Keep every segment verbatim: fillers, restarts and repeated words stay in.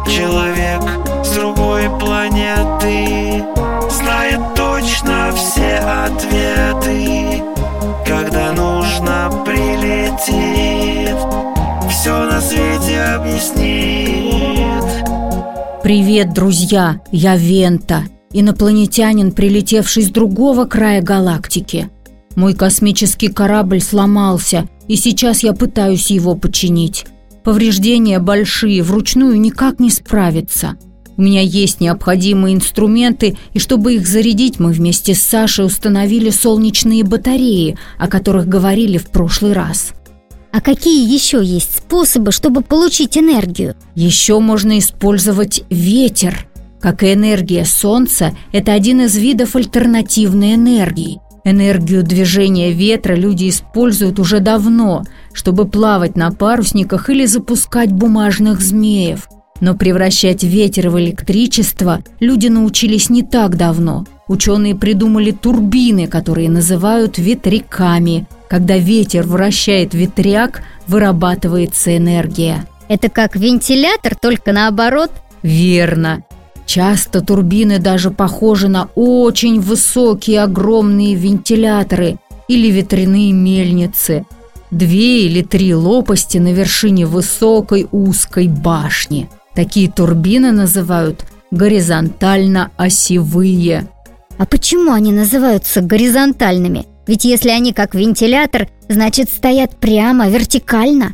Человек с другой планеты знает точно все ответы. Когда нужно, прилетит, все на свете объяснит. Привет, друзья! Я Вента, инопланетянин, прилетевший с другого края галактики. Мой космический корабль сломался, и сейчас я пытаюсь его починить. Повреждения большие, вручную никак не справиться. У меня есть необходимые инструменты, и чтобы их зарядить, мы вместе с Сашей установили солнечные батареи, о которых говорили в прошлый раз. А какие еще есть способы, чтобы получить энергию? Еще можно использовать ветер. Как и энергия Солнца, это один из видов альтернативной энергии. Энергию движения ветра люди используют уже давно, чтобы плавать на парусниках или запускать бумажных змеев. Но превращать ветер в электричество люди научились не так давно. Ученые придумали турбины, которые называют ветряками. Когда ветер вращает ветряк, вырабатывается энергия. Это как вентилятор, только наоборот? Верно. Часто турбины даже похожи на очень высокие огромные вентиляторы или ветряные мельницы. Две или три лопасти на вершине высокой узкой башни. Такие турбины называют горизонтально-осевые. А почему они называются горизонтальными? Ведь если они как вентилятор, значит стоят прямо, вертикально.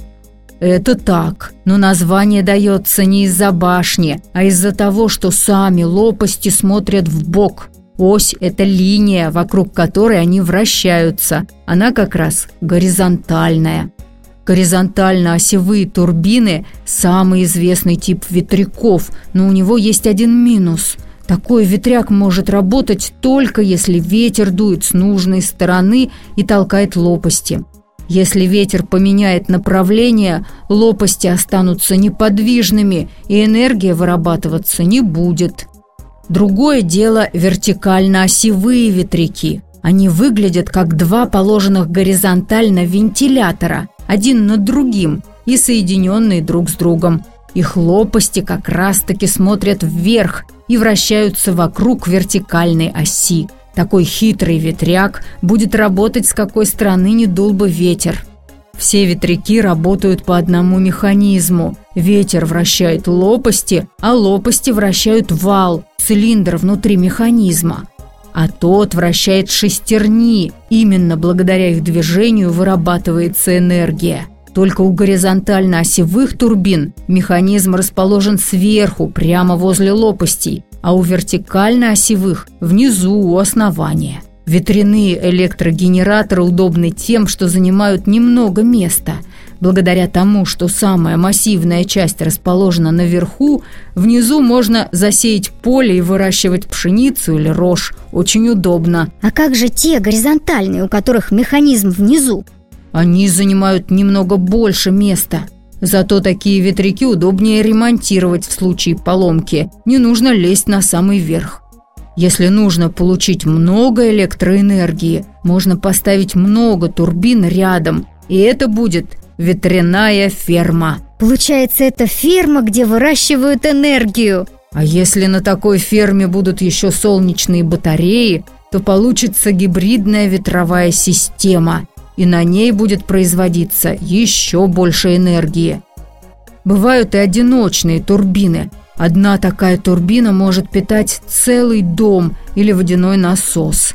Это так, но название дается не из-за башни, а из-за того, что сами лопасти смотрят вбок. Ось – это линия, вокруг которой они вращаются. Она как раз горизонтальная. Горизонтально-осевые турбины – самый известный тип ветряков, но у него есть один минус. Такой ветряк может работать только если ветер дует с нужной стороны и толкает лопасти. Если ветер поменяет направление, лопасти останутся неподвижными, и энергия вырабатываться не будет. Другое дело вертикально-осевые ветряки. Они выглядят как два положенных горизонтально вентилятора, один над другим и соединенные друг с другом. Их лопасти как раз-таки смотрят вверх и вращаются вокруг вертикальной оси. Такой хитрый ветряк будет работать, с какой стороны ни дул бы ветер. Все ветряки работают по одному механизму. Ветер вращает лопасти, а лопасти вращают вал, цилиндр внутри механизма. А тот вращает шестерни. Именно благодаря их движению вырабатывается энергия. Только у горизонтально-осевых турбин механизм расположен сверху, прямо возле лопастей, а у вертикально-осевых – внизу, у основания. Ветряные электрогенераторы удобны тем, что занимают немного места. Благодаря тому, что самая массивная часть расположена наверху, внизу можно засеять поле и выращивать пшеницу или рожь. Очень удобно. А как же те горизонтальные, у которых механизм внизу? Они занимают немного больше места. Зато такие ветряки удобнее ремонтировать в случае поломки. Не нужно лезть на самый верх. Если нужно получить много электроэнергии, можно поставить много турбин рядом, и это будет ветряная ферма. Получается, это ферма, где выращивают энергию. А если на такой ферме будут еще солнечные батареи, то получится гибридная ветровая система, и на ней будет производиться еще больше энергии. Бывают и одиночные турбины. Одна такая турбина может питать целый дом или водяной насос.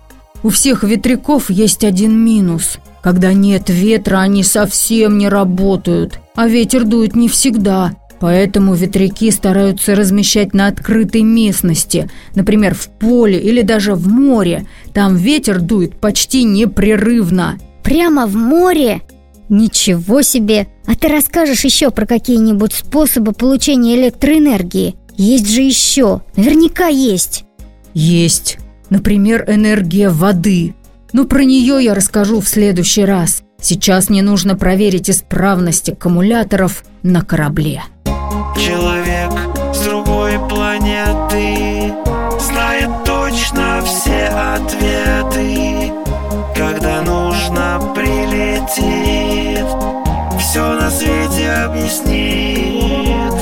У всех ветряков есть один минус. Когда нет ветра, они совсем не работают, а ветер дует не всегда. Поэтому ветряки стараются размещать на открытой местности, например, в поле или даже в море. Там ветер дует почти непрерывно. Прямо в море? Ничего себе! А ты расскажешь еще про какие-нибудь способы получения электроэнергии? Есть же еще, наверняка есть. Есть. Например, энергия воды. Но про нее я расскажу в следующий раз. Сейчас мне нужно проверить исправность аккумуляторов на корабле. Человек с другой планеты знает точно все ответы. Когда нужно, прилетит, все на свете объяснит.